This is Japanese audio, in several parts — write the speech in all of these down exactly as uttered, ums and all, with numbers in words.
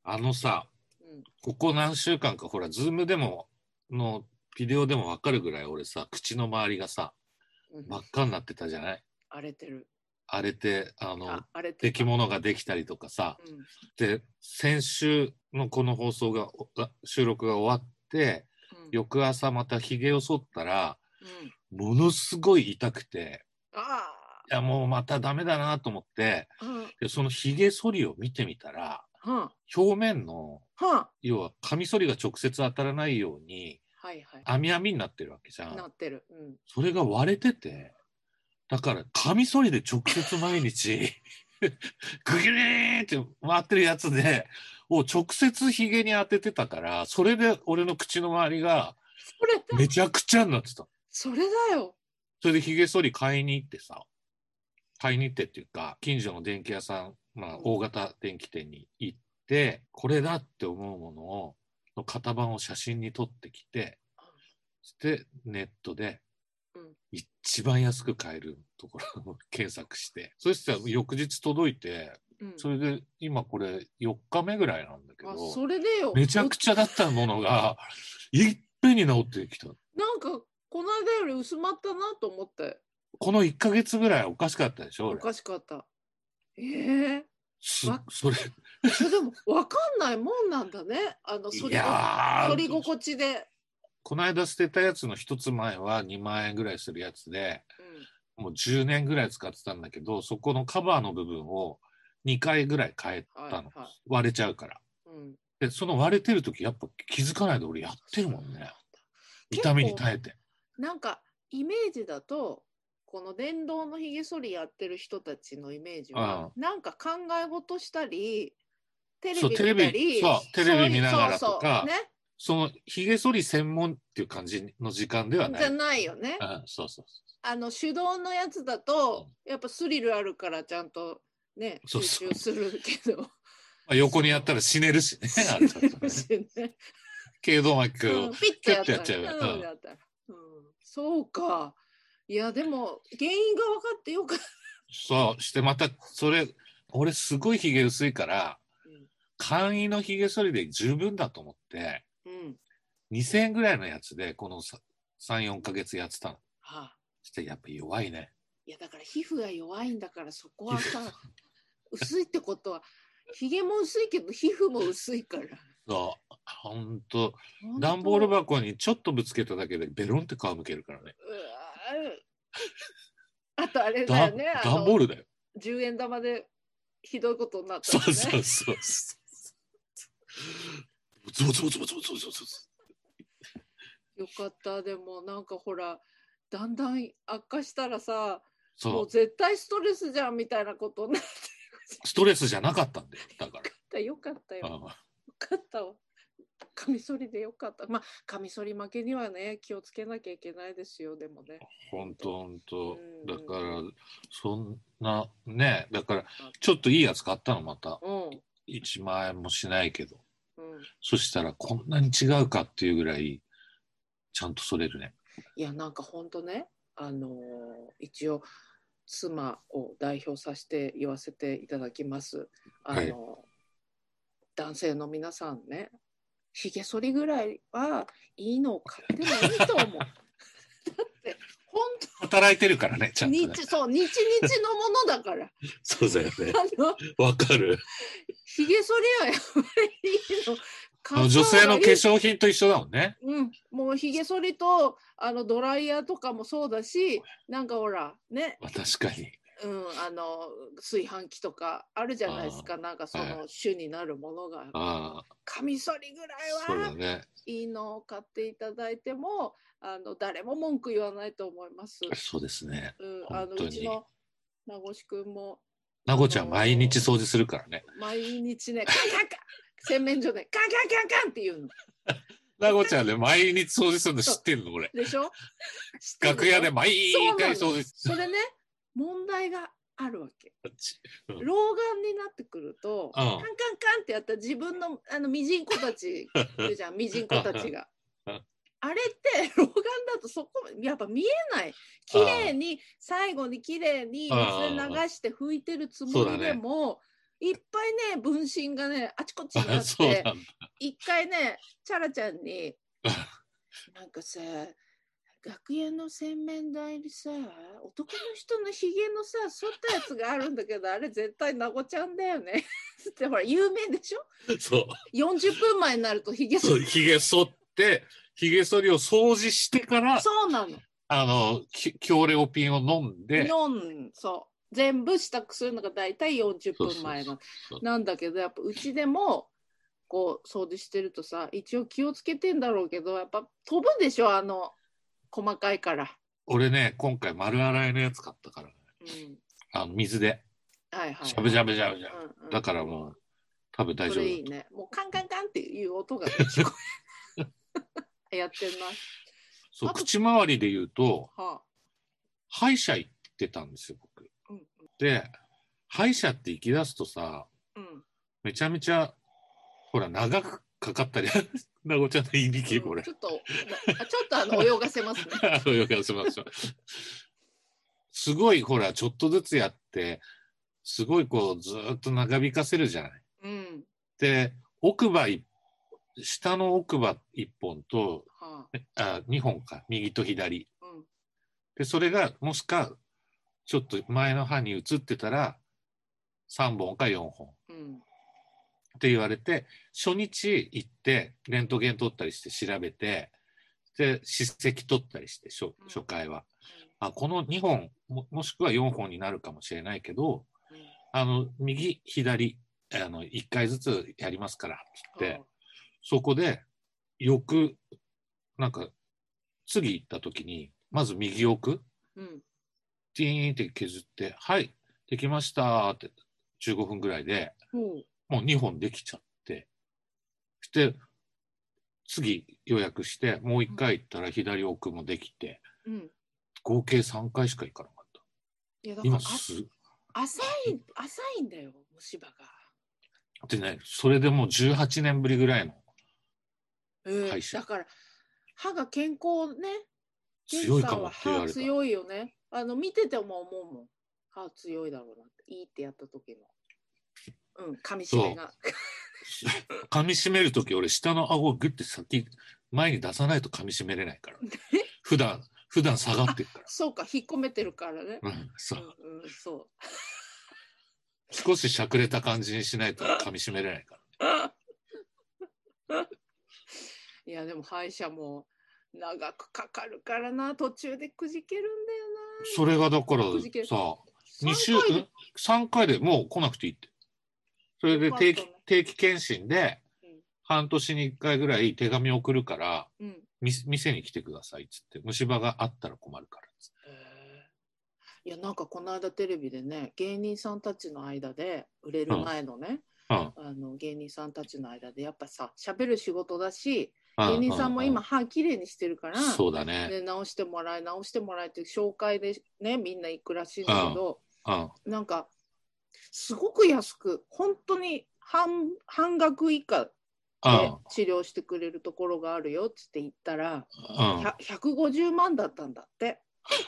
あのさ、 うんここ何週間か、ほら、ズームでも、の、ビデオでもわかるぐらい、俺さ、口の周りがさ、 うん真っ赤になってたじゃない？ 荒れてる。 荒れて、あの、 あ、荒れて出た。 来物ができたりとかさ。 うんで、先週のこの放送が、おが収録が終わって、 うん翌朝また髭を剃ったら、 うん。 ものすごい痛くて、 あいや、もうまたダメだなと思って、 あ。うん。 で、その髭剃りを見てみたら、 は表面の、 あ。はあ。 要はカミソリが直接当たらないように、 はいはい。 網網になってるわけじゃん。 なってる。うん。 それが割れてて、だからカミソリで直接毎日、グギューって回ってるやつで、を直接ヒゲに当ててたから、それで俺の口の周りがそれだ。 めちゃくちゃになってた。 それだよ。 それでヒゲ剃り買いに行ってさ、買いに行ってっていうか、近所の電気屋さん、まあうん大型電気店に行って、これだって思うものを、の型番を写真に撮ってきて、そしてネットでうん一番安く買えるところを検索して、そしたら翌日届いて、 うん。 それで今これよっかめぐらいなんだけあ、 ど、 それでよ。 めちゃくちゃだったものがいっぺんに治ってきた。 なんかこの間より薄まったなと思って。 このいっかげつぐらいおかしかったでしょ？俺おかしかった。ええすわそれそれでも分かんないもんなんだね。あの反いりごやー反り心地で。 この間捨てたやつの一つ前はにまん円ぐらいするやつで、 うん。 もうじゅうねんぐらい使ってたんだけど、そこのカバーの部分をにかいぐらい変えたの。 はいはい。 割れちゃうから。 うん。 で、その割れてる時やっぱ気づかないで俺やってるもんね。痛みに耐えて。 なんかイメージだとこの電動のひげ剃りやってる人たちのイメージは、 うなんか考え事したりテレそう、 ビテレビ、 見たり、 そう、テレビ見ながらとそうそうか、 ね、 そのひげ剃り専門っていう感じの時間ではない。 じゃないよね。 うん、そうそうそあの手動のやつだとやっぱスリルあるからちゃんとねそうそう集中するけど、 まあ、横にやったら死ねるしね。あれだとねしね、 頸動脈をうん、ピッとキュやったらッてやっちゃう。 うんうんやったらうん、そうか。いやでも原因が分かってよかった。 そうしてまたそれ俺すごいひげ薄いからうん簡易のひげ剃りで十分だと思ってうんにせんえんぐらいのやつでこのさん、よんかげつやってたの。 はあ、 そしてやっぱ弱いね。 いやだから皮膚が弱いんだからそこはさ薄いってことはひげも薄いけど皮膚も薄いから。 そうほんとほんと段ボール箱にちょっとぶつけただけでベロンって皮むけるからね。 うわあとあれだよね、あの段ボールだよ。 じゅうえん玉でひどいことになったそうのね。 そうそうゾゾゾゾゾゾゾゾよかった。でもなんかほらだんだん悪化したらさ、もそうう絶対ストレスじゃんみたいなことになってストレスじゃなかったんだよだから。 よかったよ。 ああよかったわ。カミソリでよかった。まあカミソリ負けにはね気をつけなきゃいけないですよ。でもね。 ほんとほんとうんだからそんなねだからちょっといいやつ買ったのまたうんいちまん円もしないけど、 うん。 そしたらこんなに違うかっていうぐらいちゃんと剃れるね。 いやなんかほんとね、あのー一応妻を代表させて言わせていただきます。あのーはい男性の皆さんね、ひげ剃りぐらいはいいのを買ってもいいと思う。だって本働いてるからねち当ゃんとね。 日そう日々のものだから。 そうだよね。 あのわかる。 ひげ剃りはやっぱりいいの。 あの女性の化粧品と一緒だもんね。 うん、もうひげ剃りとあのドライヤーとかもそうだし、なんかほらね、 まあ、確かに。 うん、あの炊飯器とかあるじゃないですか。なんかその主になるものが、 ああカミソリぐらそういはだね。 いいのを買っていただいても、あの誰も文句言わないと思います。 そうですね。 うん、あの本当にうちの名越くんもなごちゃん毎日掃除するからね。 毎日ね、カンカンカン洗面所でカンカンカンカンって言うの。 なごちゃんね毎日掃除するの知ってんの俺。 でしょ？ 楽屋で毎回掃除すそれね、問題があるわけ。 る。うん老眼になってくると、 うんカンカンカンってやったら自分のあのミジンコたちいるじゃん、ミジンコたちが。 うんあれって老眼だとそこやっぱ見えない。綺麗に最後に綺麗に水で流して拭いてるつもりでも、 いっぱいね分身がねあちこちにあっそうなんて、 だ。 一回ねチャラちゃんになんかさ楽屋の洗面台にさ男の人のひげのさ剃ったやつがあるんだけどあれ絶対なごちゃんだよねってほら有名でしょ。 そう。 よんじゅっぷんまえになるとひげそう、ひげ剃って、ひげ剃りを掃除してから、 そうなの。 あの、き強レオピンを飲んで、 飲んそう全部支度するのがだいたいよんじゅっぷんまえのそうそうそうなんだけどやっぱうちでもこう掃除してるとさ一応気をつけてんだろうけどやっぱ飛ぶでしょあの細かいから。 俺ね、今回丸洗いのやつ買ったからね。 うん、 あの水で。 はいはい、 しゃぶしゃぶしゃぶしゃぶ。 うんうん、 だからもう、多分大丈夫だ。 それいいね。もうカンカンカンっていう音が聞こえやってんな。 そう、 あと口周りで言うと、 はあ、 歯医者行ってたんですよ、僕。 うんで、歯医者って行き出すとさ、 うんめちゃめちゃ、ほら、長くかかったり、なごちゃんのいびき、これ。 うんちょっとあちょっとあの泳がせますね。 泳がせましょう。すごい、ほら、ちょっとずつやって、すごいこう、ずーっと長引かせるじゃない。 うんで、奥歯い、下の奥歯いっぽんと、 はあ、にほんか、右と左。 あ、うんで、それが、もしか、ちょっと前の歯に移ってたら、さんぼんかよんほん。 うんって言われて、初日行ってレントゲン取ったりして調べて、で歯石取ったりして 初, 初回は、あこのにほん も, もしくはよんほんになるかもしれないけど、 うんあの右左あのいっかいずつやりますからって言って、 はそこで翌なんか次行った時にまず右奥あうんティーンって削ってはいできましたってじゅうごふんぐらいでほうもうにほんできちゃって、して次予約してもういっかい行ったら左奥もできて、 うん、 合計さんかいしか行かなかった。 いやだから今す浅い浅いんだよ虫歯が。 でね、それでもうじゅうはちねんぶりぐらいのえー歯医者、 だから歯が健康ね。 強いかもって言われた。 歯強いよね。あの見てても思うもん。歯強いだろうなって。いいってやった時の。うん、噛み締めが。 噛み締めるとき俺下の顎をグッて先前に出さないと噛み締めれないから普段普段下がってるからそうか引っ込めてるからね。 うん、そう、 うんうん、そう少ししゃくれた感じにしないと噛み締めれないからいやでも歯医者も長くかかるからな途中でくじけるんだよな。 それがだからくじけるささんに週かいでさんかいでもう来なくていいって。それで定期、 よかったね定期検診でうん半年にいっかいぐらい手紙送るからうんみ店に来てくださいっつって虫歯があったら困るからっつってへーいやなんかこの間テレビでね芸人さんたちの間で売れる前のね、 うんあの芸人さんたちの間でやっぱさ喋る仕事だしうん芸人さんもうんうん今歯きれいにしてるから、 そうだねで直してもらい直してもらえって紹介でねみんな行くらしいんだけど、 うんなんかすごく安く本当に半半額以下で治療してくれるところがあるよっつって言ったら、 うんひゃひゃくごじゅうまんだったんだって。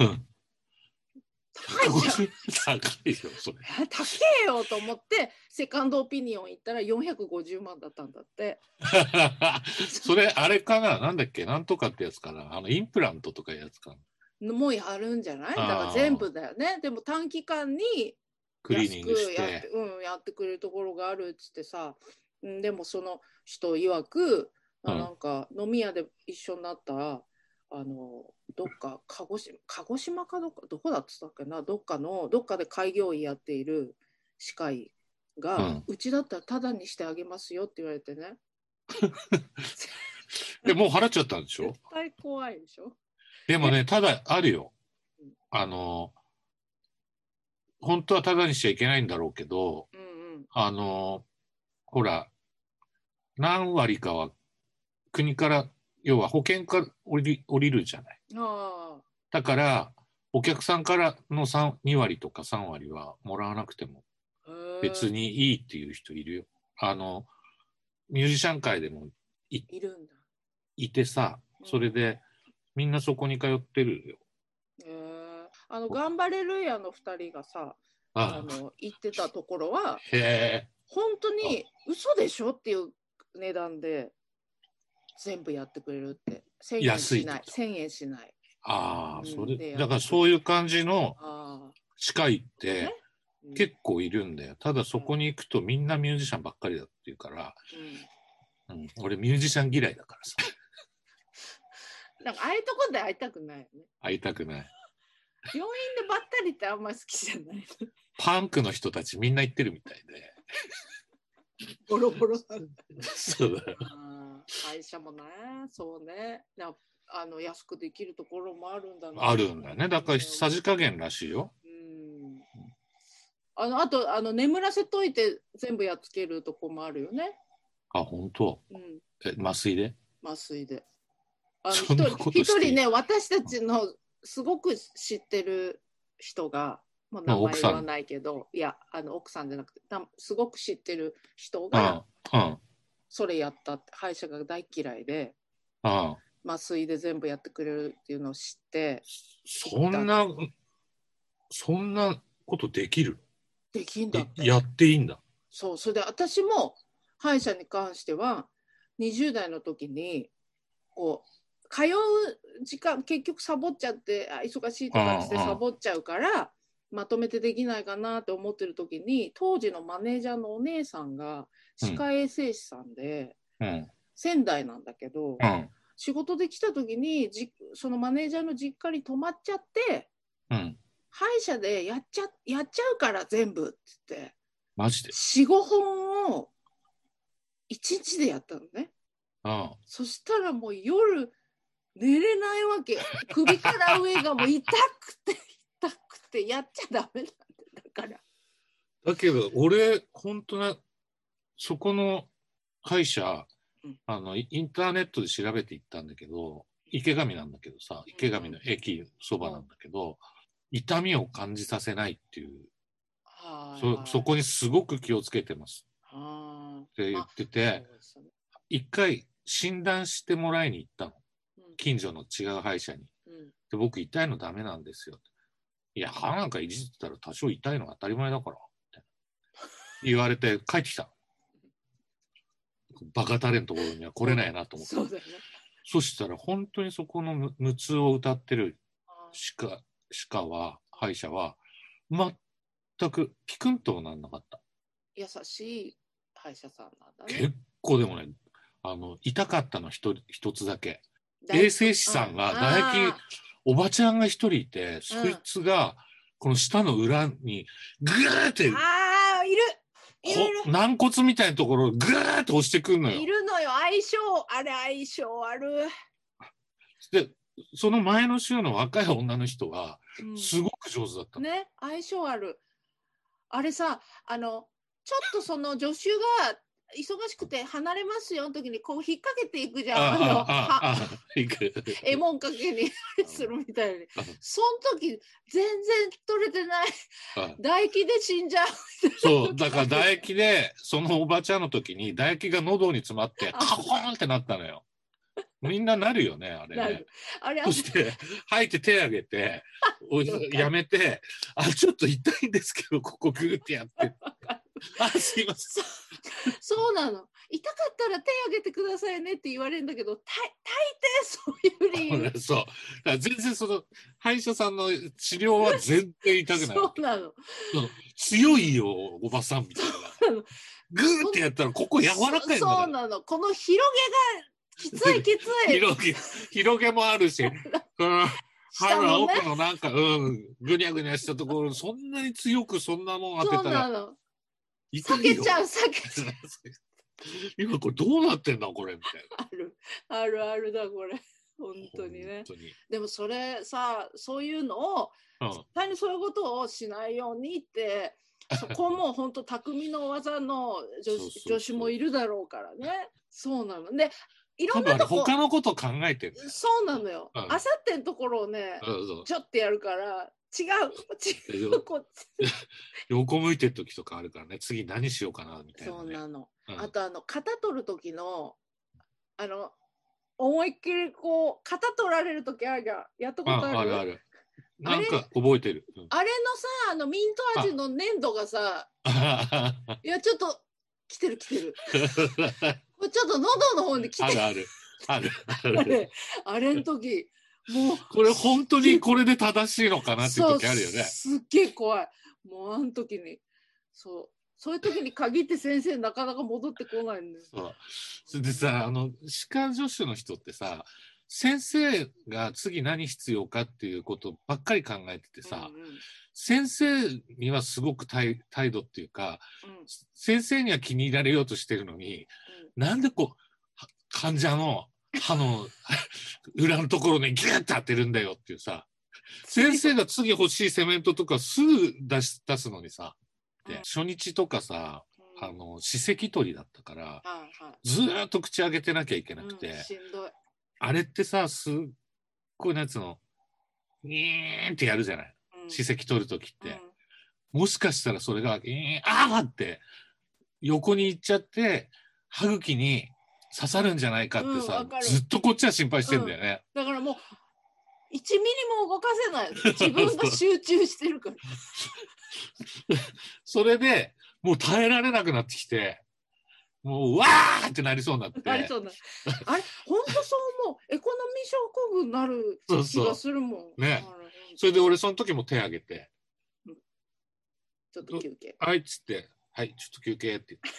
高いじゃん。 高いよそれえ高えよと思ってセカンドオピニオン行ったらよんひゃくごじゅうまんだったんだって。 それあれかななんだっけなんとかってやつかなあのインプラントとかいうやつかなもうやるんじゃないだから全部だよね。でも短期間にクリーニングし安くやってて、うん、やってくれるところがあるっつってさ、うん、でもその人曰く、あうんなんか飲み屋で一緒になったらあのどっか鹿児島鹿児島かどっかどこだっつったっけなどっかのどっかで開業医やっている歯科医が、 うんうちだったらタダにしてあげますよって言われてね。 でもう払っちゃったんでしょ絶対怖いでしょ。 でもねただあるようんあの本当はタダにしちゃいけないんだろうけどうんうんあのほら何割かは国から要は保険から降り降りるじゃないあだからお客さんからのさんに割とかさん割はもらわなくてもあ別にいいっていう人いるよあのミュージシャン界でも い, いるんだ。 いてさそれでみんなそこに通ってるよえー、あの頑張れるやのふたりがさ、 あの行ってたところはへ本当に嘘でしょっていう値段で全部やってくれるって。せんえんしない。せんえんしない。 ああ、 うんそれでだからそういう感じのあ歯科医ってねうん結構いるんだよ。ただそこに行くとみんなミュージシャンばっかりだっていうから、 うんうん、俺ミュージシャン嫌いだからさ。 なんかああいうとこで会いたくないよね。 会いたくない。 病院でばったりってあんまり好きじゃない。 パンクの人たちみんな行ってるみたいで。 ボロボロ。 そうだよ。 あー会社もね、そうね。なあの安くできるところもあるんだな。 あるんだね。だからさじ加減らしいよ。 うん。あのあとあの眠らせといて全部やっつけるとこもあるよね。 あ、本当。 うん。 え、麻酔で？ 麻酔で。あのそんなことしていい？ 一人ね、私たちのすごく知ってる人が、もう名前言わないけど、いやあの奥さんじゃなくて、すごく知ってる人が、 うんうん、 それやったって、歯医者が大嫌いで、 うん、 麻酔で全部やってくれるっていうのを知って、 そんなそんなことできる？ できんだって。 やっていいんだ。 そう、それで私も歯医者に関してはにじゅう代の時にこう通う時間結局サボっちゃって、あ忙しいとかってサボっちゃうから、まとめてできないかなって思ってる時に、当時のマネージャーのお姉さんが歯科衛生士さんで、 うん、 仙台なんだけど、 うん、 仕事で来た時にじそのマネージャーの実家に泊まっちゃって、 うん、 歯医者でやっちゃやっちゃうから全部って言って、 マジでよん,ご 本をいちにちでやったのね。 うん、 そしたらもう夜寝れないわけ。首から上がもう痛くて痛くてやっちゃダメなんだだから。 だけど俺本当なそこの歯医者、うん、あのインターネットで調べていったんだけど、池上なんだけどさ、池上の駅そばなんだけど、うん、痛みを感じさせないっていう、そ, そこにすごく気をつけてますって言ってて、一回診断してもらいに行ったの、近所の違う歯医者に。で僕痛いのダメなんですよ。いや歯なんかいじってたら多少痛いのが当たり前だからって言われて帰ってきた。バカタレのところには来れないなと思って。 そうだよね。 そしたら本当にそこの無痛を歌ってる歯科、歯科は歯医者は全くピクンともなんなかった。 優しい歯医者さんなんだね。 結構でもね、あの痛かったの一一つだけ。衛生士さんが唾液、おばちゃんが一人いて、そいつがこの舌の裏にグーって、 あーいるいるいる軟骨みたいなところをグーって押してくるのよ。 いるのよ、相性あれ相性ある。 でその前の週の若い女の人はすごく上手だった、 うん、ね、相性ある。あれさ、あのちょっとその助手が忙しくて離れますよの時にこう引っ掛けていくじゃん。あのえもんかけにするみたいに。その時全然取れてない唾液で死んじゃう。 そうだから唾液でそのおばちゃんの時に唾液が喉に詰まってカコーンってなったのよ。みんななるよねあれね。あれそして吐いて手挙げてやめて、あちょっと痛いんですけどここグーってやってあすいません。 そ, そうなの。痛かったら手挙げてくださいねって言われるんだけど、大抵そういう理由。 そう。だから全然その歯医者さんの治療は全然痛くない。 そうなの。 強いよおばさんみたいな。グーってやったらここ柔らかいんだから。 そうなの。この広げがきついきつい。 広げ広げもあるし。歯の奥のなんか、うん、ぐにゃぐにゃしたところ、そんなに強くそんなもん当てたら。 そうなの。避けちゃう避けちゃう。 今これどうなってんだこれみたいな。 あるあるあるだこれ本当にね。でもそれさ、そういうのを、うん、絶対にそういうことをしないようにってそこも本当匠の技の助手もいるだろうからね。そうなので、いろんなとこ他のこと考えてる。 そうなのよ。あさってのところをね、うん、ちょっとやるから違う違うこっち横向いてる時とかあるからね、次何しようかなみたいな、ね、 そうなの、 うん、 あとあの肩取る時のあの思いっきりこう肩取られる時あるじゃん。やったことある？ あ、あるある。 なんか覚えてる。うん、 あれのさ、あのミント味の粘土がさ、いやちょっと来てる来てる。これちょっと喉の方に来てる。 あるあるあるあれあれの時もうこれ本当にこれで正しいのかなっていう時あるよね。 すっげえ怖い。もうあの時にそうそういう時に限って先生なかなか戻ってこないんだよ。 そうそれでさ、あの歯科助手の人ってさ、先生が次何必要かっていうことばっかり考えててさ、うんうん、先生にはすごく態度っていうか、うん、先生には気に入られようとしてるのに、うん、なんでこう患者の歯の裏のところにギュッと当てるんだよっていうさ、先生が次欲しいセメントとかすぐ出し出すのにさ、で、うん、初日とかさ、あの歯石取りだったから、はいはい、ずーっと口開けてなきゃいけなくて、うん、しんどい。あれってさ、すっごいやつのニーンってやるじゃない、うん、歯石取るときって、うん、もしかしたらそれがえー、あーって横に行っちゃって歯茎に刺さるんじゃないかってさ、うん、ずっとこっちは心配してんだよね、 うん、だからもういちミリも動かせない。自分が集中してるからそれでもう耐えられなくなってきて、もうわーってなりそうになって。 なりそうな。あれ本当そう思う。エコノミー症候群になる気がするもん。 そうそうね。それで俺その時も手挙げて、 うん、ちょっと休憩。 はいっつって、はいちょっと休憩って言って。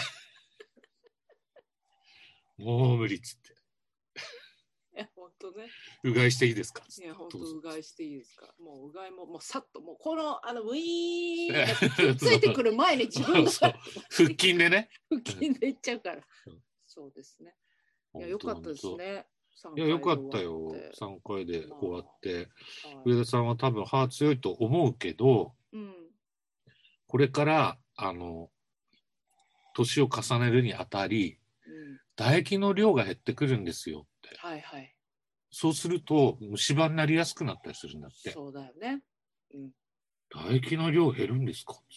もう無理っつって。 いや本当ね。 うがいしていいですか。 いや本当うがいしていいですか。もううがいももうさっともうこのあのウィーンがついてくる前に自分が腹筋でね。 腹筋でいっちゃうから。そうですね。いや良かったですね。 いや良かったよ。さんかいで終わって、上田さんは多分歯強いと思うけど、うん、これからあの年を重ねるにあたり、うん、唾液の量が減ってくるんですよって。はいはい。そうすると虫歯になりやすくなったりするんだって。 そうだよね。 うん、唾液の量減るんですかって。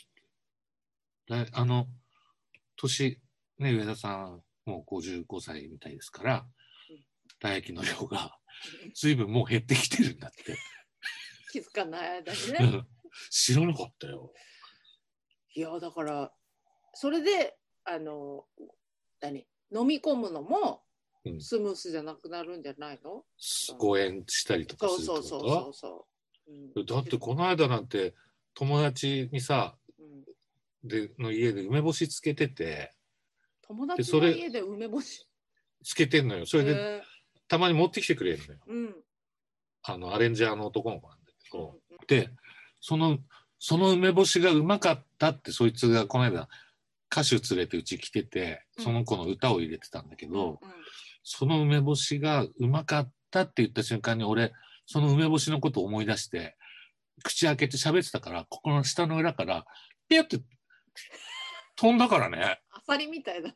あの年ね、上田さんもうごじゅうごさいみたいですから、うん、唾液の量が随分もう減ってきてるんだって。 気づかない間にね。 知らなかったよ。 いやだからそれであの何飲み込むのもスムースじゃなくなるんじゃないの？うん、 誤嚥したりとかするってこと？そうそうそうそう、うん、だってこの間なんて友達にさ、うん、での家で梅干しつけてて、 友達の家で梅干しつけてんのよ。それでたまに持ってきてくれるのよ、うん、あのアレンジャーの男の子なんだけど、うん、でそのその梅干しがうまかったってそいつがこの間歌手連れてうち来てて、その子の歌を入れてたんだけど、うんうん、その梅干しがうまかったって言った瞬間に俺その梅干しのことを思い出して口開けて喋ってたから、ここの下の裏からピュッて飛んだからね。 アサリみたいだ。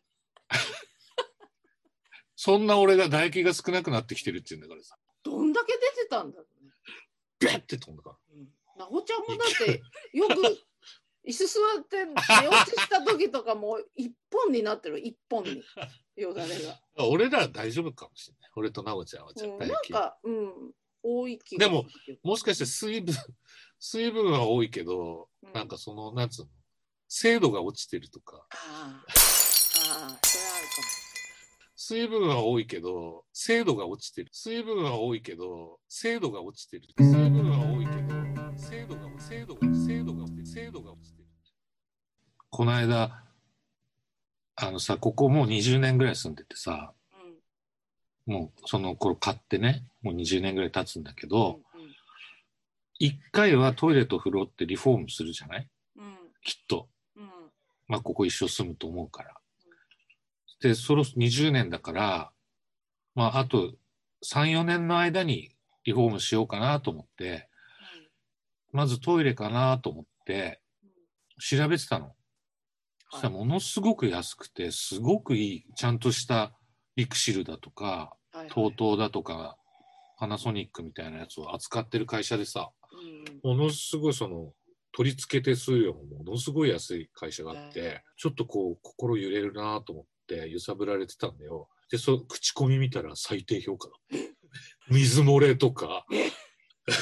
そんな俺が唾液が少なくなってきてるって言うんだからさ。 どんだけ出てたんだろうね。 ビュッて飛んだから。 うん、なほちゃんもだってよく椅子座って寝落ちした時とかも一本になってる、一本によだれが。 俺らは大丈夫かもしれない。俺となおちゃんはじゃ、うん、なんか、うん、多い気がする。でももしかして水分水分は多いけど、うん、なんかそのなんつうの精度が落ちてるとか。ああ、ああ、それはあるかも。水分は多いけど精度が落ちてる。水分は多いけど精度が落ちてる。水分は多いけど精度が精度が精度が落ちてる。精度が落ちてる。この間あのさ、ここもうにじゅうねんぐらい住んでてさ、うん、もうその頃買ってね、もうにじゅうねんぐらい経つんだけど、うんうん、いっかいはトイレと風呂ってリフォームするじゃない、うん、きっと、うん、まあここ一生住むと思うから、うん、でそのにじゅうねんだから、まああとさん、よねんの間にリフォームしようかなと思って、うん、まずトイレかなと思って調べてたの。そしたらものすごく安くてすごくいいちゃんとしたリクシルだとか トートー だとかパナソニックみたいなやつを扱ってる会社でさ、うん、ものすごいその取り付け手数料もものすごい安い会社があって、ちょっとこう心揺れるなと思って揺さぶられてたんだよ。でそ口コミ見たら最低評価だ。水漏れとか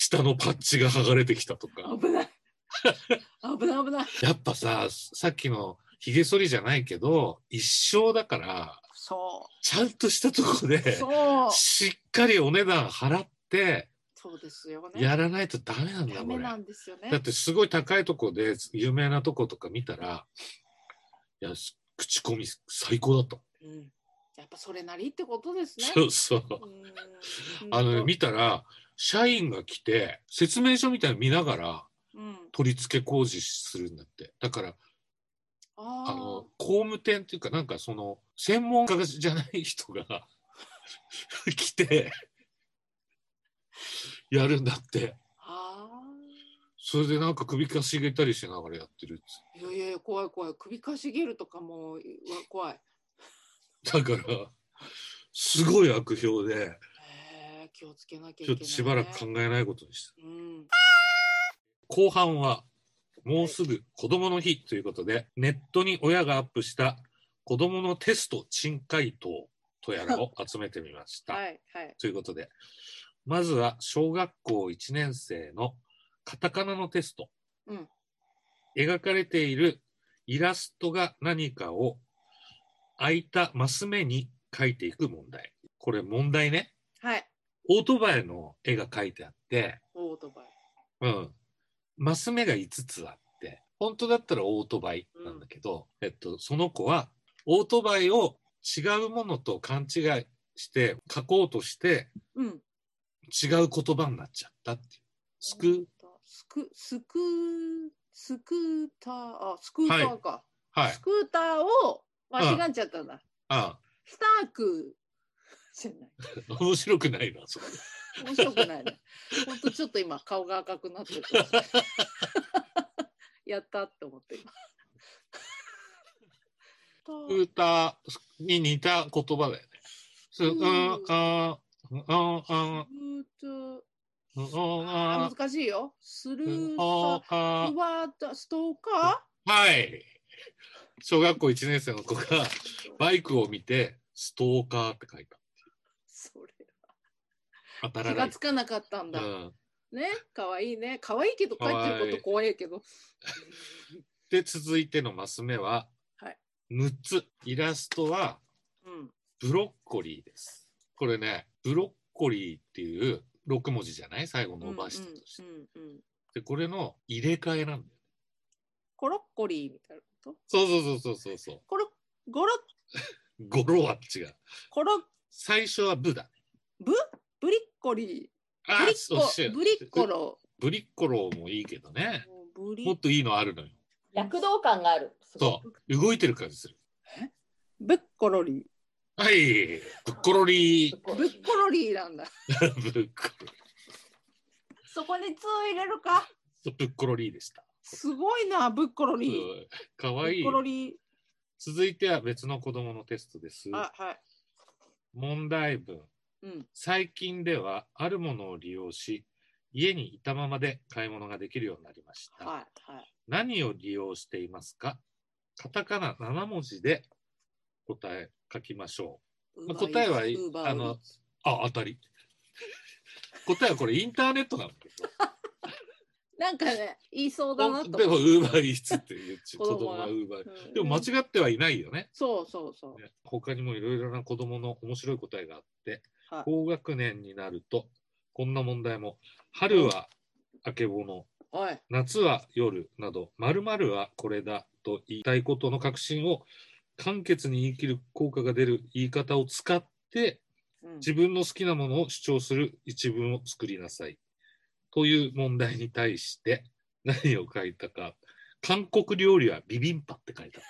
下のパッチが剥がれてきたとか。 危ない危ない危ない。 やっぱさ、さっきのひげ剃りじゃないけど一生だからそうちゃんとしたとこでそうしっかりお値段払ってそうですよね。 やらないとダメなんだこれ。 ダメなんですよね。 だってすごい高いとこで有名なとことか見たら、いや口コミ最高だった。 うん、やっぱそれなりってことですね。 そうそう。 うんあの、ね、見たら社員が来て説明書みたいに見ながら取り付け工事するんだって。だからああの工務店っていうかなんかその専門家じゃない人が来てやるんだって。あそれでなんか首かしげたりしながらやってるっつ。 いやいや怖い怖い。首かしげるとかも怖い。 だからすごい悪評で、 えー、気をつけなきゃいけない、ね、 ちょっとしばらく考えないことにした。 うん、 後半はもうすぐ子どもの日ということで、はい、ネットに親がアップした子どものテスト珍回答とやらを集めてみました。はいはい、ということでまずは小学校いちねん生のカタカナのテスト、うん、描かれているイラストが何かを空いたマス目に描いていく問題。これ問題ね、はい、オートバイの絵が描いてあって、オートバイ、うん、マス目がいつつあって、本当だったらオートバイなんだけど、うん、えっと、その子はオートバイを違うものと勘違いして書こうとして、うん、違う言葉になっちゃったっていう。スクスクスクスクーターあスクーターか、はいはい、スクーターを間違っちゃったんだ。ああスタークじゃない面白くないなそれ。面白くないね。ほんとちょっと今顔が赤くなってるやったって思って今スクーターに似た言葉だよね。スーああああ難しいよ。スルーサーワータストーカー。はい小学校いちねん生の子がバイクを見てストーカーって書いた。それは気がつかなかったんだ、うん、ね。かわいいね。かわいいけど書いてること怖いけどで続いてのマス目は、はい、むっつ。イラストは、うん、ブロッコリーです。これねブロッコリーっていうろくもじじゃない最後伸ばしたとして、うんうんうんうん、でこれの入れ替えなんだよね。コロッコリーみたいなこと。そうそうそうそうそう。コロゴロゴロは違う。コロ最初はブだね。ブブリッコリー。あブリッコブリッコロブリッコロもいいけどね。もっといいのあるのよ。躍動感がある。そう動いてる感じする。えブッコロリー。はい、ブッコロリー。ブッコロリーなんだ。ブッコロリー。そこに「つ」を入れるか。ブッコロリーでした。すごいな、ブッコロリー。かわいい。ブッコロリー。続いては別の子供のテストです。あ、はい。問題文、うん。最近ではあるものを利用し、家にいたままで買い物ができるようになりました。はいはい、何を利用していますか？カタカナななもじで答え書きましょう。まあ、答えはあのあ当たり。答えはこれインターネットなんだけど。なんかね言いそうだなと。でもウーバーイーツって言っちゃう。子供はウーバー。でも間違ってはいないよね。そうそうそう。ね、他にもいろいろな子供の面白い答えがあって、はい、高学年になるとこんな問題も。春はあけぼの、はい、夏は夜など〇〇はこれだと言いたいことの確信を簡潔に言い切る効果が出る言い方を使って、うん、自分の好きなものを主張する一文を作りなさいという問題に対して何を書いたか。韓国料理はビビンパって書いた。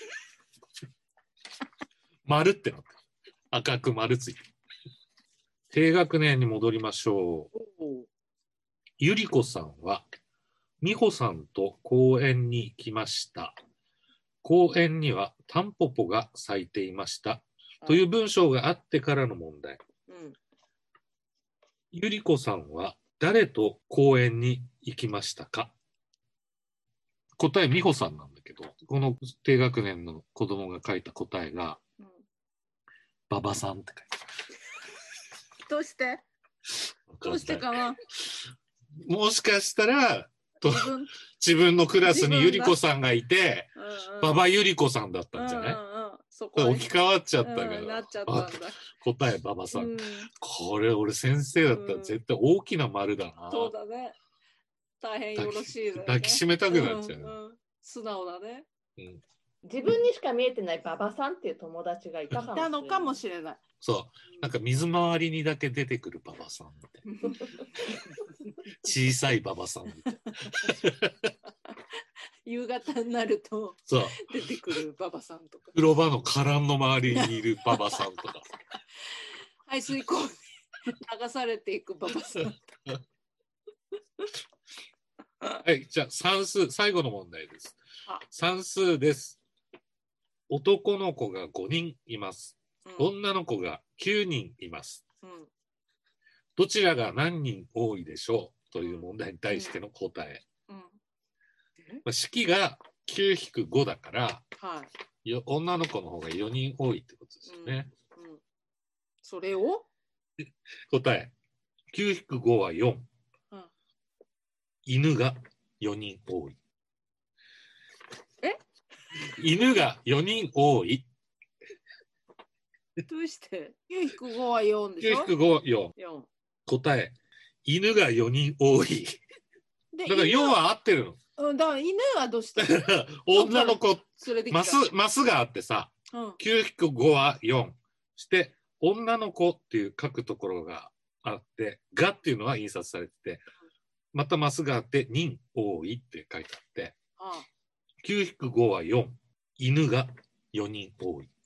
丸ってなった。赤く丸ついて。低学年に戻りましょう。ゆりこさんはみほさんと公園に来ました。公園にはタンポポが咲いていましたという文章があってからの問題、うん、ゆりこさんは誰と公園に行きましたか？答えみほさんなんだけど、この低学年の子供が書いた答えが、うん、馬場さんって書いてある。どうしてどうしてかな。 もしかしたらと自分自分のクラスにゆり子さんがいて、馬場ゆり子さんだったんじゃない？ うんうんうん、そこ置き換わっちゃったけど、 うん、なっちゃったんだ。 答え馬場さん、 うん、 これ俺先生だったら絶対大きな丸だな、 うん、そうだね、大変よろしいだよね、 抱きしめたくなっちゃう、 うんうん、素直だね、 うん、 自分にしか見えてない馬場さんっていう友達がいたかもしれない。いたのかもしれない。 そう、なんか水回りにだけ出てくる馬場さんみたいな小さい馬場さんみたいな夕方になると出てくる馬場さんとか、 風呂場の花壇の周りにいる馬場さんとか排水溝に流されていく馬場さんはい、じゃあ算数最後の問題です。算数です。男の子がごにんいます、うん、女の子がきゅうにんいます、うん、どちらが何人多いでしょうという問題に対しての答え、うんうん、まあ、式が きゅうひくご だから、はい、よ女の子の方がよにん多いってことですよね、うんうん、 それを答え きゅうひくご はよん、うん、犬がよにん多い。 え犬がよにん多い。 どうして きゅうひくご はよんでしょ。 きゅうひくご はよん。よん答え犬がよにん多い。だからよんは合ってるの。 うん、だから犬はどうした女の子マスマスがあってさ、うん、きゅうひくご はよんして女の子っていう書くところがあってがっていうのは印刷されててまたマスがあって人多いって書いてあって、ああきゅうひくご はよん、犬がよにん多い。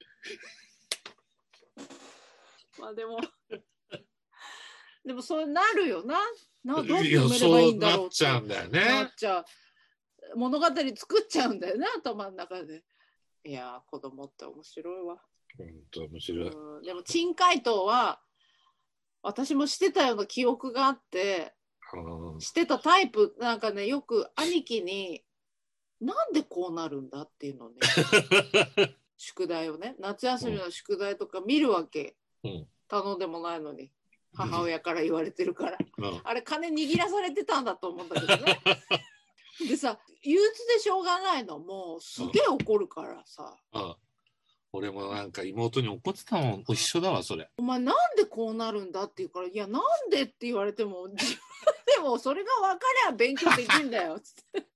まあでもでもそうなるよな。などうやって埋めればいいんだろうって。 そうなっちゃうんだよね。 なっちゃう。物語作っちゃうんだよね、頭の中で。いやー、子供って面白いわ。 本当面白い。 うん、でも珍解答は私もしてたような記憶があって、してたタイプなんかね、よく兄貴になんでこうなるんだっていうのね宿題をね、夏休みの宿題とか見るわけ、うん、頼んでもないのに母親から言われてるから、うん、あれ金握らされてたんだと思うんだけどねでさ、憂鬱でしょうがないの、もうすげえ怒るからさ、 うんうん、俺もなんか妹に怒ってたもん、一緒だわそれ。 お前なんでこうなるんだって言うから、いやなんでって言われても自分でもそれが分かりゃ勉強できるんだよつって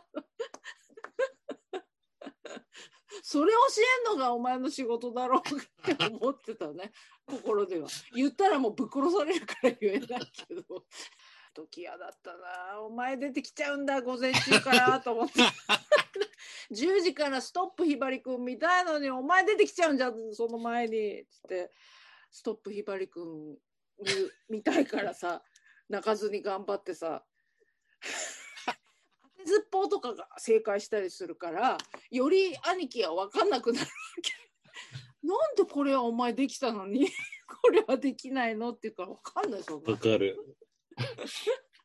それ教えんのがお前の仕事だろうって思ってたね心では。言ったらもうぶっ殺されるから言えないけど時嫌だったな。お前出てきちゃうんだ午前中からと思ってじゅうじからストップひばりくん見たいのにお前出てきちゃうんじゃんその前につってストップひばりくん見たいからさ泣かずに頑張ってさ当てずっぽうとかが正解したりするからより兄貴は分かんなくなるわけなんでこれはお前できたのにこれはできないのっていうから分かんない。そんな分かる